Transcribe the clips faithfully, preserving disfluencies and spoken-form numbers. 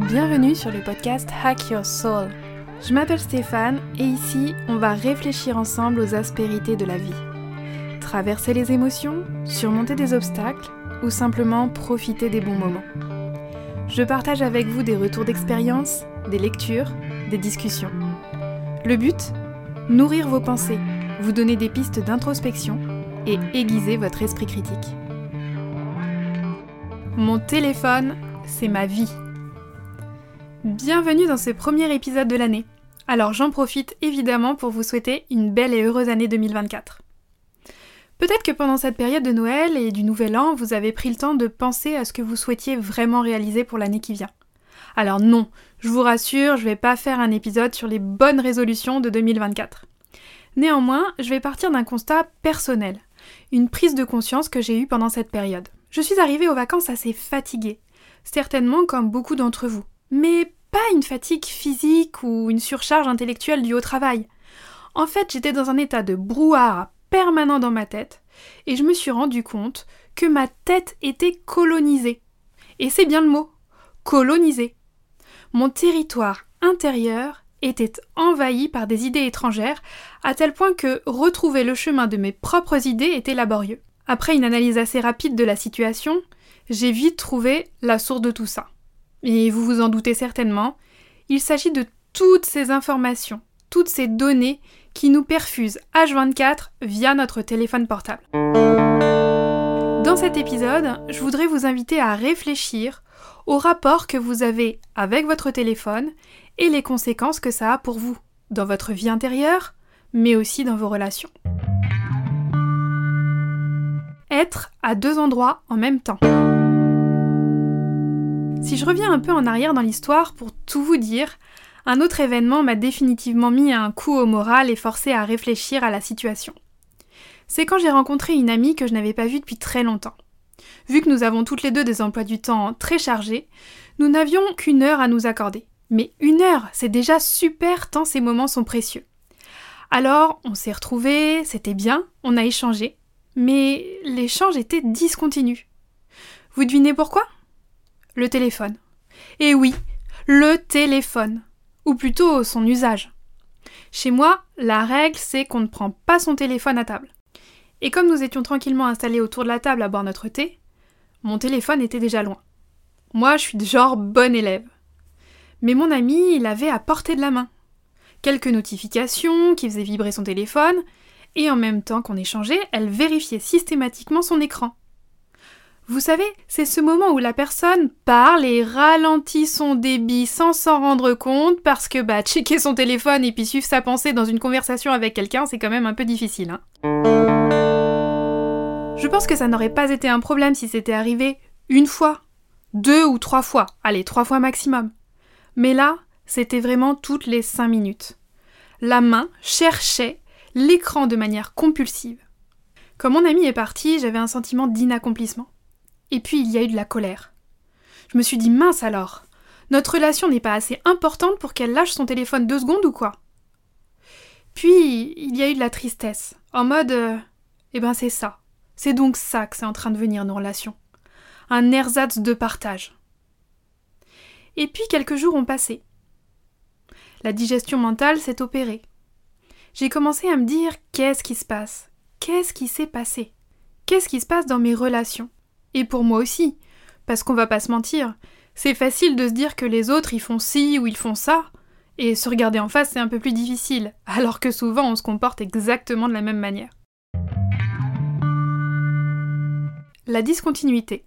Bienvenue sur le podcast Hack Your Soul. Je m'appelle Stéphane et ici, on va réfléchir ensemble aux aspérités de la vie. Traverser les émotions, surmonter des obstacles ou simplement profiter des bons moments. Je partage avec vous des retours d'expérience, des lectures, des discussions. Le but ? Nourrir vos pensées, vous donner des pistes d'introspection et aiguiser votre esprit critique. Mon téléphone, c'est ma vie. Bienvenue dans ce premier épisode de l'année. Alors j'en profite évidemment pour vous souhaiter une belle et heureuse année deux mille vingt-quatre. Peut-être que pendant cette période de Noël et du Nouvel An, vous avez pris le temps de penser à ce que vous souhaitiez vraiment réaliser pour l'année qui vient. Alors non, je vous rassure, je vais pas faire un épisode sur les bonnes résolutions de deux mille vingt-quatre. Néanmoins, je vais partir d'un constat personnel, une prise de conscience que j'ai eue pendant cette période. Je suis arrivée aux vacances assez fatiguée, certainement comme beaucoup d'entre vous. Mais pas une fatigue physique ou une surcharge intellectuelle due au travail. En fait, j'étais dans un état de brouhaha permanent dans ma tête et je me suis rendu compte que ma tête était colonisée. Et c'est bien le mot, colonisée. Mon territoire intérieur était envahi par des idées étrangères à tel point que retrouver le chemin de mes propres idées était laborieux. Après une analyse assez rapide de la situation, j'ai vite trouvé la source de tout ça. Et vous vous en doutez certainement, il s'agit de toutes ces informations, toutes ces données qui nous perfusent H vingt-quatre via notre téléphone portable. Dans cet épisode, je voudrais vous inviter à réfléchir au rapport que vous avez avec votre téléphone et les conséquences que ça a pour vous, dans votre vie intérieure, mais aussi dans vos relations. Être à deux endroits en même temps. Si je reviens un peu en arrière dans l'histoire pour tout vous dire, un autre événement m'a définitivement mis un coup au moral et forcé à réfléchir à la situation. C'est quand j'ai rencontré une amie que je n'avais pas vue depuis très longtemps. Vu que nous avons toutes les deux des emplois du temps très chargés, nous n'avions qu'une heure à nous accorder. Mais une heure, c'est déjà super tant ces moments sont précieux. Alors, on s'est retrouvés, c'était bien, on a échangé, mais l'échange était discontinu. Vous devinez pourquoi ? Le téléphone. Et oui, le téléphone. Ou plutôt son usage. Chez moi, la règle, c'est qu'on ne prend pas son téléphone à table. Et comme nous étions tranquillement installés autour de la table à boire notre thé, mon téléphone était déjà loin. Moi, je suis de genre bonne élève. Mais mon ami, il avait à portée de la main. Quelques notifications qui faisaient vibrer son téléphone, et en même temps qu'on échangeait, elle vérifiait systématiquement son écran. Vous savez, c'est ce moment où la personne parle et ralentit son débit sans s'en rendre compte parce que bah checker son téléphone et puis suivre sa pensée dans une conversation avec quelqu'un, c'est quand même un peu difficile, hein. Je pense que ça n'aurait pas été un problème si c'était arrivé une fois, deux ou trois fois, allez, trois fois maximum. Mais là, c'était vraiment toutes les cinq minutes. La main cherchait l'écran de manière compulsive. Quand mon ami est parti, j'avais un sentiment d'inaccomplissement. Et puis il y a eu de la colère. Je me suis dit mince alors, notre relation n'est pas assez importante pour qu'elle lâche son téléphone deux secondes ou quoi ? Puis il y a eu de la tristesse, en mode euh, eh ben c'est ça, c'est donc ça que c'est en train de devenir nos relations. Un ersatz de partage. Et puis quelques jours ont passé. La digestion mentale s'est opérée. J'ai commencé à me dire qu'est-ce qui se passe ? Qu'est-ce qui s'est passé ? Qu'est-ce qui se passe dans mes relations ? Et pour moi aussi, parce qu'on va pas se mentir, c'est facile de se dire que les autres ils font ci ou ils font ça, et se regarder en face c'est un peu plus difficile, alors que souvent on se comporte exactement de la même manière. La discontinuité.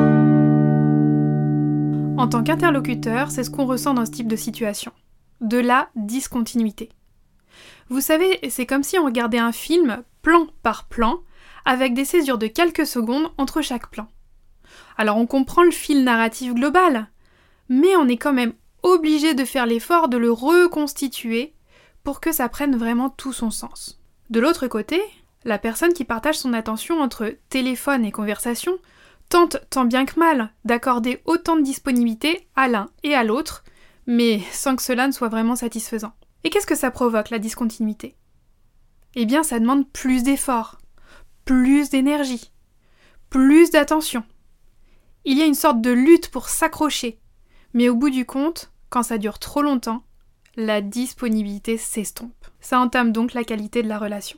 En tant qu'interlocuteur, c'est ce qu'on ressent dans ce type de situation. De la discontinuité. Vous savez, c'est comme si on regardait un film plan par plan, avec des césures de quelques secondes entre chaque plan. Alors on comprend le fil narratif global, mais on est quand même obligé de faire l'effort de le reconstituer pour que ça prenne vraiment tout son sens. De l'autre côté, la personne qui partage son attention entre téléphone et conversation tente tant bien que mal d'accorder autant de disponibilité à l'un et à l'autre, mais sans que cela ne soit vraiment satisfaisant. Et qu'est-ce que ça provoque, la discontinuité ? Eh bien, ça demande plus d'efforts, plus d'énergie, plus d'attention. Il y a une sorte de lutte pour s'accrocher, Mais au bout du compte, quand ça dure trop longtemps, la disponibilité s'estompe. Ça entame donc la qualité de la relation.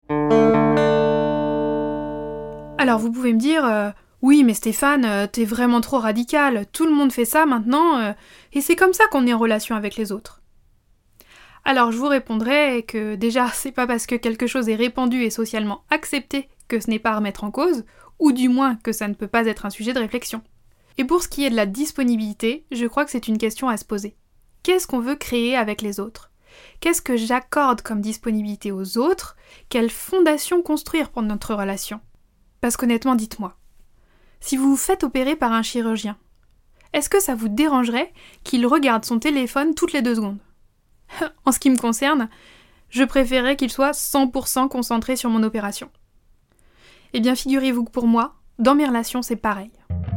Alors vous pouvez me dire euh, « Oui, mais Stéphane, euh, t'es vraiment trop radical, tout le monde fait ça maintenant, euh, et c'est comme ça qu'on est en relation avec les autres. » Alors je vous répondrai que déjà, c'est pas parce que quelque chose est répandu et socialement accepté que ce n'est pas à remettre en cause, ou du moins que ça ne peut pas être un sujet de réflexion. Et pour ce qui est de la disponibilité, je crois que c'est une question à se poser. Qu'est-ce qu'on veut créer avec les autres ? Qu'est-ce que j'accorde comme disponibilité aux autres ? Quelle fondation construire pour notre relation ? Parce qu'honnêtement, dites-moi, si vous vous faites opérer par un chirurgien, est-ce que ça vous dérangerait qu'il regarde son téléphone toutes les deux secondes ? En ce qui me concerne, je préférerais qu'il soit cent pour cent concentré sur mon opération. Eh bien, figurez-vous que pour moi, dans mes relations, c'est pareil.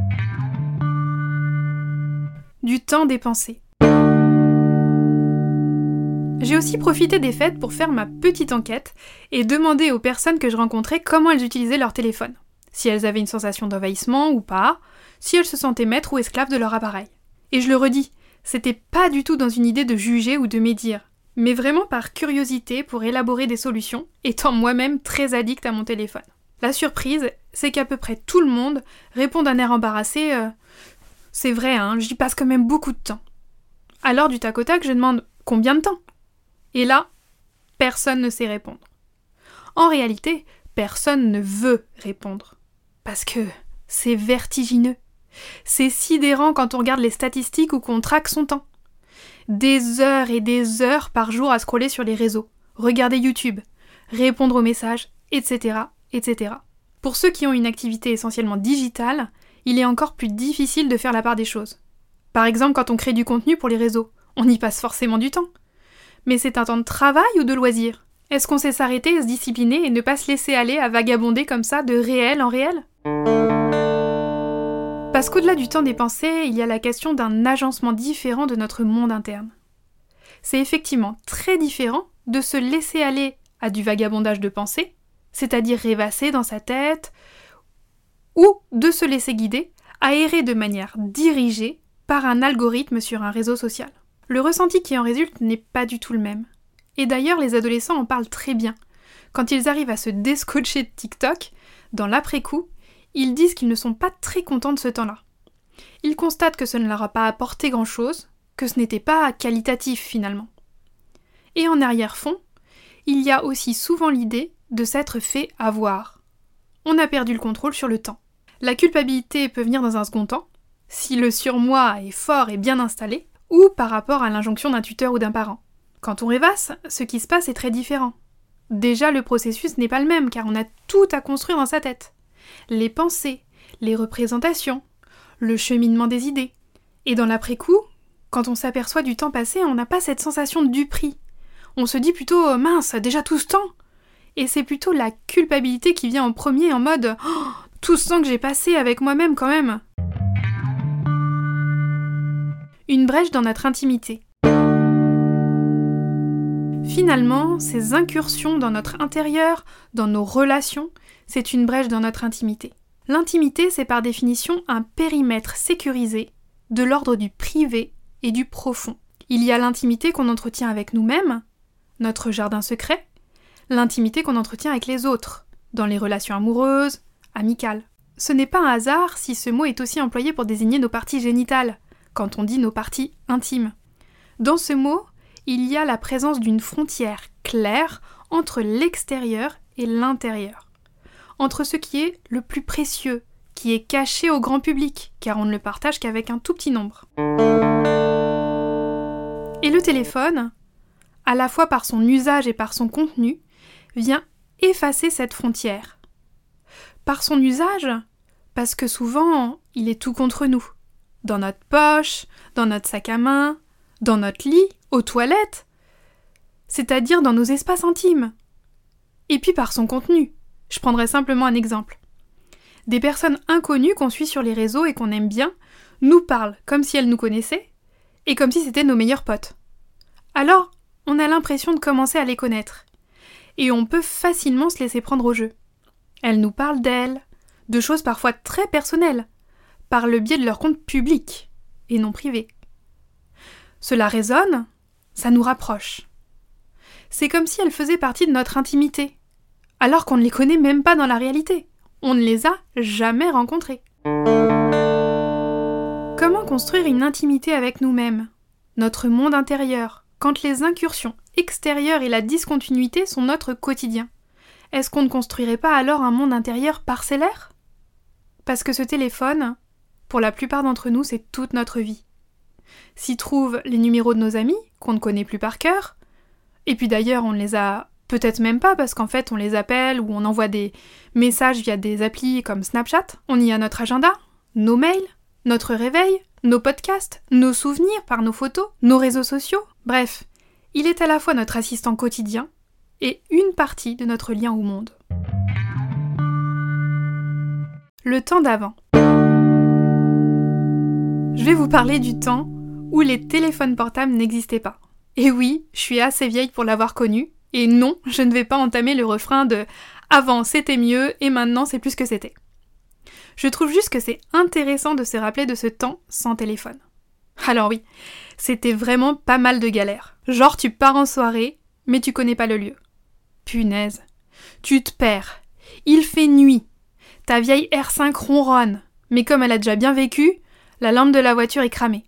Du temps dépensé. J'ai aussi profité des fêtes pour faire ma petite enquête et demander aux personnes que je rencontrais comment elles utilisaient leur téléphone. Si elles avaient une sensation d'envahissement ou pas, si elles se sentaient maîtres ou esclaves de leur appareil. Et je le redis, c'était pas du tout dans une idée de juger ou de médire, mais vraiment par curiosité pour élaborer des solutions, étant moi-même très addict à mon téléphone. La surprise, c'est qu'à peu près tout le monde répond d'un air embarrassé euh, « C'est vrai, hein, j'y passe quand même beaucoup de temps. » Alors du tac au tac, je demande « Combien de temps ?» Et là, personne ne sait répondre. En réalité, personne ne veut répondre. Parce que c'est vertigineux. C'est sidérant quand on regarde les statistiques ou qu'on traque son temps. Des heures et des heures par jour à scroller sur les réseaux, regarder YouTube, répondre aux messages, et cetera, et cetera. Pour ceux qui ont une activité essentiellement digitale, il est encore plus difficile de faire la part des choses. Par exemple, quand on crée du contenu pour les réseaux, on y passe forcément du temps. Mais c'est un temps de travail ou de loisir ? Est-ce qu'on sait s'arrêter et se discipliner et ne pas se laisser aller à vagabonder comme ça de réel en réel ? Parce qu'au-delà du temps dépensé, il y a la question d'un agencement différent de notre monde interne. C'est effectivement très différent de se laisser aller à du vagabondage de pensée, c'est-à-dire rêvasser dans sa tête, ou de se laisser guider, à errer de manière dirigée par un algorithme sur un réseau social. Le ressenti qui en résulte n'est pas du tout le même. Et d'ailleurs, les adolescents en parlent très bien. Quand ils arrivent à se déscotcher de TikTok, dans l'après-coup, ils disent qu'ils ne sont pas très contents de ce temps-là. Ils constatent que ça ne leur a pas apporté grand-chose, que ce n'était pas qualitatif finalement. Et en arrière-fond, il y a aussi souvent l'idée de s'être fait avoir. On a perdu le contrôle sur le temps. La culpabilité peut venir dans un second temps, si le surmoi est fort et bien installé, ou par rapport à l'injonction d'un tuteur ou d'un parent. Quand on rêvasse, ce qui se passe est très différent. Déjà, le processus n'est pas le même, car on a tout à construire dans sa tête. Les pensées, les représentations, le cheminement des idées. Et dans l'après-coup, quand on s'aperçoit du temps passé, on n'a pas cette sensation de duperie. On se dit plutôt « mince, déjà tout ce temps !» Et c'est plutôt la culpabilité qui vient en premier en mode oh, « tout ce temps que j'ai passé avec moi-même quand même !» Une brèche dans notre intimité. Finalement, ces incursions dans notre intérieur, dans nos relations, c'est une brèche dans notre intimité. L'intimité, c'est par définition un périmètre sécurisé, de l'ordre du privé et du profond. Il y a l'intimité qu'on entretient avec nous-mêmes, notre jardin secret, l'intimité qu'on entretient avec les autres, dans les relations amoureuses, amicales. Ce n'est pas un hasard si ce mot est aussi employé pour désigner nos parties génitales, quand on dit nos parties intimes. Dans ce mot, il y a la présence d'une frontière claire entre l'extérieur et l'intérieur, entre ce qui est le plus précieux, qui est caché au grand public, car on ne le partage qu'avec un tout petit nombre. Et le téléphone, à la fois par son usage et par son contenu, vient effacer cette frontière. Par son usage, parce que souvent, il est tout contre nous. Dans notre poche, dans notre sac à main, dans notre lit, aux toilettes, c'est-à-dire dans nos espaces intimes. Et puis par son contenu. Je prendrai simplement un exemple. Des personnes inconnues qu'on suit sur les réseaux et qu'on aime bien nous parlent comme si elles nous connaissaient et comme si c'était nos meilleurs potes. Alors, on a l'impression de commencer à les connaître. Et on peut facilement se laisser prendre au jeu. Elles nous parlent d'elles, de choses parfois très personnelles, par le biais de leur compte public et non privé. Cela résonne, ça nous rapproche. C'est comme si elles faisaient partie de notre intimité, alors qu'on ne les connaît même pas dans la réalité. On ne les a jamais rencontrées. Comment construire une intimité avec nous-mêmes, notre monde intérieur, quand les incursions extérieures et la discontinuité sont notre quotidien? Est-ce qu'on ne construirait pas alors un monde intérieur parcellaire? Parce que ce téléphone, pour la plupart d'entre nous, c'est toute notre vie. S'y trouvent les numéros de nos amis, qu'on ne connaît plus par cœur, et puis d'ailleurs on ne les a peut-être même pas parce qu'en fait on les appelle ou on envoie des messages via des applis comme Snapchat, on y a notre agenda, nos mails, notre réveil, nos podcasts, nos souvenirs par nos photos, nos réseaux sociaux, bref, il est à la fois notre assistant quotidien et une partie de notre lien au monde. Le temps d'avant. Je vais vous parler du temps où les téléphones portables n'existaient pas. Et oui, je suis assez vieille pour l'avoir connu, et non, je ne vais pas entamer le refrain de « avant c'était mieux et maintenant c'est plus que c'était ». Je trouve juste que c'est intéressant de se rappeler de ce temps sans téléphone. Alors oui, c'était vraiment pas mal de galères. Genre tu pars en soirée, mais tu connais pas le lieu. Punaise, tu te perds, il fait nuit, ta vieille R cinq ronronne, mais comme elle a déjà bien vécu, la lampe de la voiture est cramée.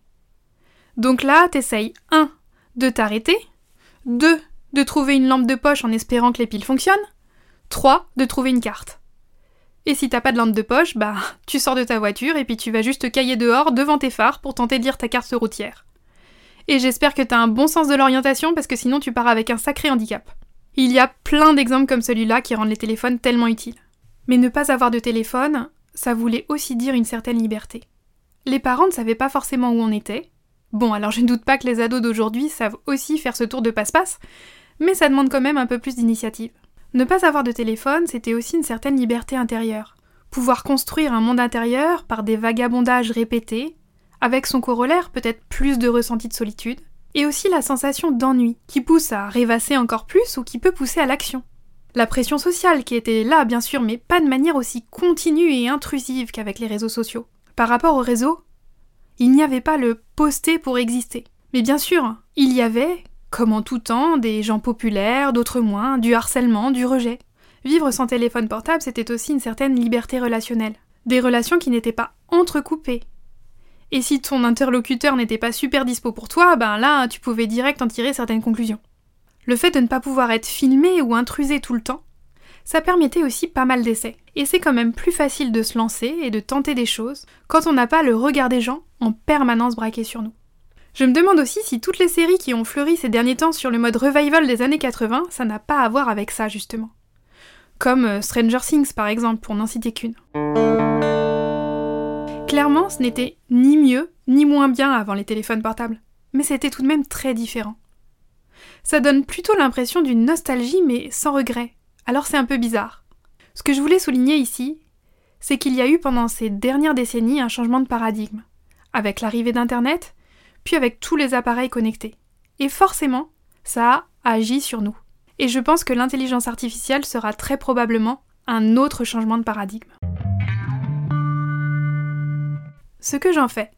Donc là, t'essayes un de t'arrêter, deux de trouver une lampe de poche en espérant que les piles fonctionnent, trois de trouver une carte. Et si t'as pas de lampe de poche, bah tu sors de ta voiture et puis tu vas juste te cailler dehors devant tes phares pour tenter de lire ta carte routière. Et j'espère que t'as un bon sens de l'orientation parce que sinon tu pars avec un sacré handicap. Il y a plein d'exemples comme celui-là qui rendent les téléphones tellement utiles. Mais ne pas avoir de téléphone, ça voulait aussi dire une certaine liberté. Les parents ne savaient pas forcément où on était. Bon, alors je ne doute pas que les ados d'aujourd'hui savent aussi faire ce tour de passe-passe, mais ça demande quand même un peu plus d'initiative. Ne pas avoir de téléphone, c'était aussi une certaine liberté intérieure. Pouvoir construire un monde intérieur par des vagabondages répétés, avec son corollaire peut-être plus de ressenti de solitude, et aussi la sensation d'ennui, qui pousse à rêvasser encore plus ou qui peut pousser à l'action. La pression sociale qui était là, bien sûr, mais pas de manière aussi continue et intrusive qu'avec les réseaux sociaux. Par rapport aux réseaux, il n'y avait pas le poster pour exister. Mais bien sûr, il y avait, comme en tout temps, des gens populaires, d'autres moins, du harcèlement, du rejet. Vivre sans téléphone portable, c'était aussi une certaine liberté relationnelle. Des relations qui n'étaient pas entrecoupées. Et si ton interlocuteur n'était pas super dispo pour toi, ben là, tu pouvais direct en tirer certaines conclusions. Le fait de ne pas pouvoir être filmé ou intrusé tout le temps, ça permettait aussi pas mal d'essais. Et c'est quand même plus facile de se lancer et de tenter des choses quand on n'a pas le regard des gens en permanence braqué sur nous. Je me demande aussi si toutes les séries qui ont fleuri ces derniers temps sur le mode revival des années quatre-vingts, ça n'a pas à voir avec ça justement. Comme Stranger Things par exemple, pour n'en citer qu'une. Clairement, ce n'était ni mieux ni moins bien avant les téléphones portables, mais c'était tout de même très différent. Ça donne plutôt l'impression d'une nostalgie mais sans regret, alors c'est un peu bizarre. Ce que je voulais souligner ici, c'est qu'il y a eu pendant ces dernières décennies un changement de paradigme, avec l'arrivée d'Internet, puis avec tous les appareils connectés. Et forcément, ça a agi sur nous. Et je pense que l'intelligence artificielle sera très probablement un autre changement de paradigme. Ce que j'en fais.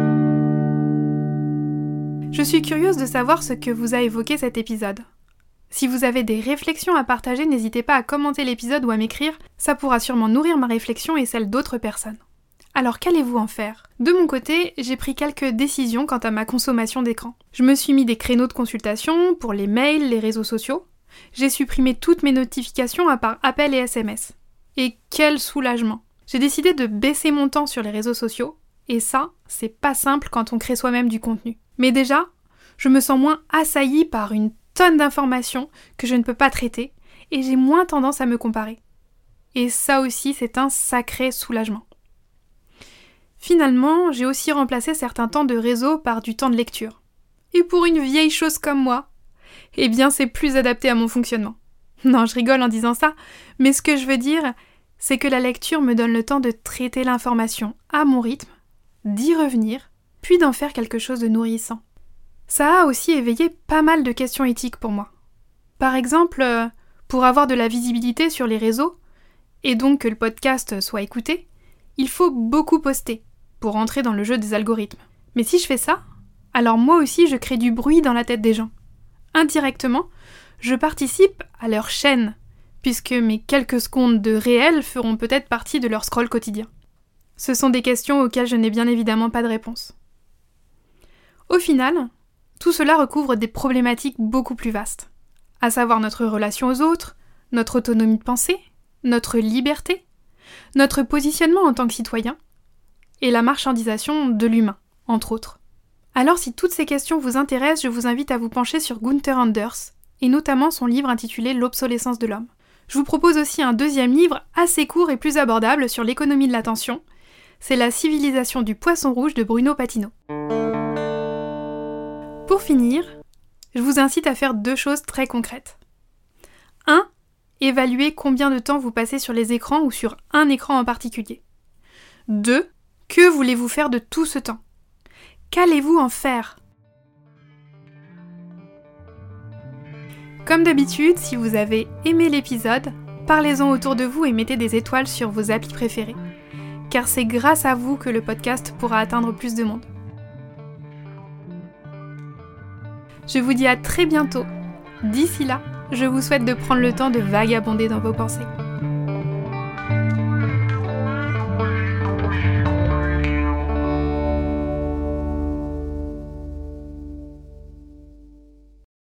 Je suis curieuse de savoir ce que vous a évoqué cet épisode. Si vous avez des réflexions à partager, n'hésitez pas à commenter l'épisode ou à m'écrire, ça pourra sûrement nourrir ma réflexion et celle d'autres personnes. Alors qu'allez-vous en faire ? De mon côté, j'ai pris quelques décisions quant à ma consommation d'écran. Je me suis mis des créneaux de consultation pour les mails, les réseaux sociaux. J'ai supprimé toutes mes notifications à part appels et S M S. Et quel soulagement ! J'ai décidé de baisser mon temps sur les réseaux sociaux, et ça, c'est pas simple quand on crée soi-même du contenu. Mais déjà, je me sens moins assaillie par une tonne d'informations que je ne peux pas traiter, et j'ai moins tendance à me comparer. Et ça aussi, c'est un sacré soulagement. Finalement, j'ai aussi remplacé certains temps de réseau par du temps de lecture. Et pour une vieille chose comme moi, eh bien c'est plus adapté à mon fonctionnement. Non, je rigole en disant ça, mais ce que je veux dire, c'est que la lecture me donne le temps de traiter l'information à mon rythme, d'y revenir, puis d'en faire quelque chose de nourrissant. Ça a aussi éveillé pas mal de questions éthiques pour moi. Par exemple, euh, pour avoir de la visibilité sur les réseaux, et donc que le podcast soit écouté, il faut beaucoup poster pour entrer dans le jeu des algorithmes. Mais si je fais ça, alors moi aussi je crée du bruit dans la tête des gens. Indirectement, je participe à leur chaîne, puisque mes quelques secondes de réel feront peut-être partie de leur scroll quotidien. Ce sont des questions auxquelles je n'ai bien évidemment pas de réponse. Au final, tout cela recouvre des problématiques beaucoup plus vastes, à savoir notre relation aux autres, notre autonomie de pensée, notre liberté, notre positionnement en tant que citoyen, et la marchandisation de l'humain, entre autres. Alors si toutes ces questions vous intéressent, je vous invite à vous pencher sur Gunther Anders, et notamment son livre intitulé L'obsolescence de l'homme. Je vous propose aussi un deuxième livre assez court et plus abordable sur l'économie de l'attention, c'est La civilisation du poisson rouge de Bruno Patino. Pour finir, je vous incite à faire deux choses très concrètes. un. Évaluez combien de temps vous passez sur les écrans ou sur un écran en particulier. deux. Que voulez-vous faire de tout ce temps ? Qu'allez-vous en faire ? Comme d'habitude, si vous avez aimé l'épisode, parlez-en autour de vous et mettez des étoiles sur vos applis préférés, car c'est grâce à vous que le podcast pourra atteindre plus de monde. Je vous dis à très bientôt. D'ici là, je vous souhaite de prendre le temps de vagabonder dans vos pensées.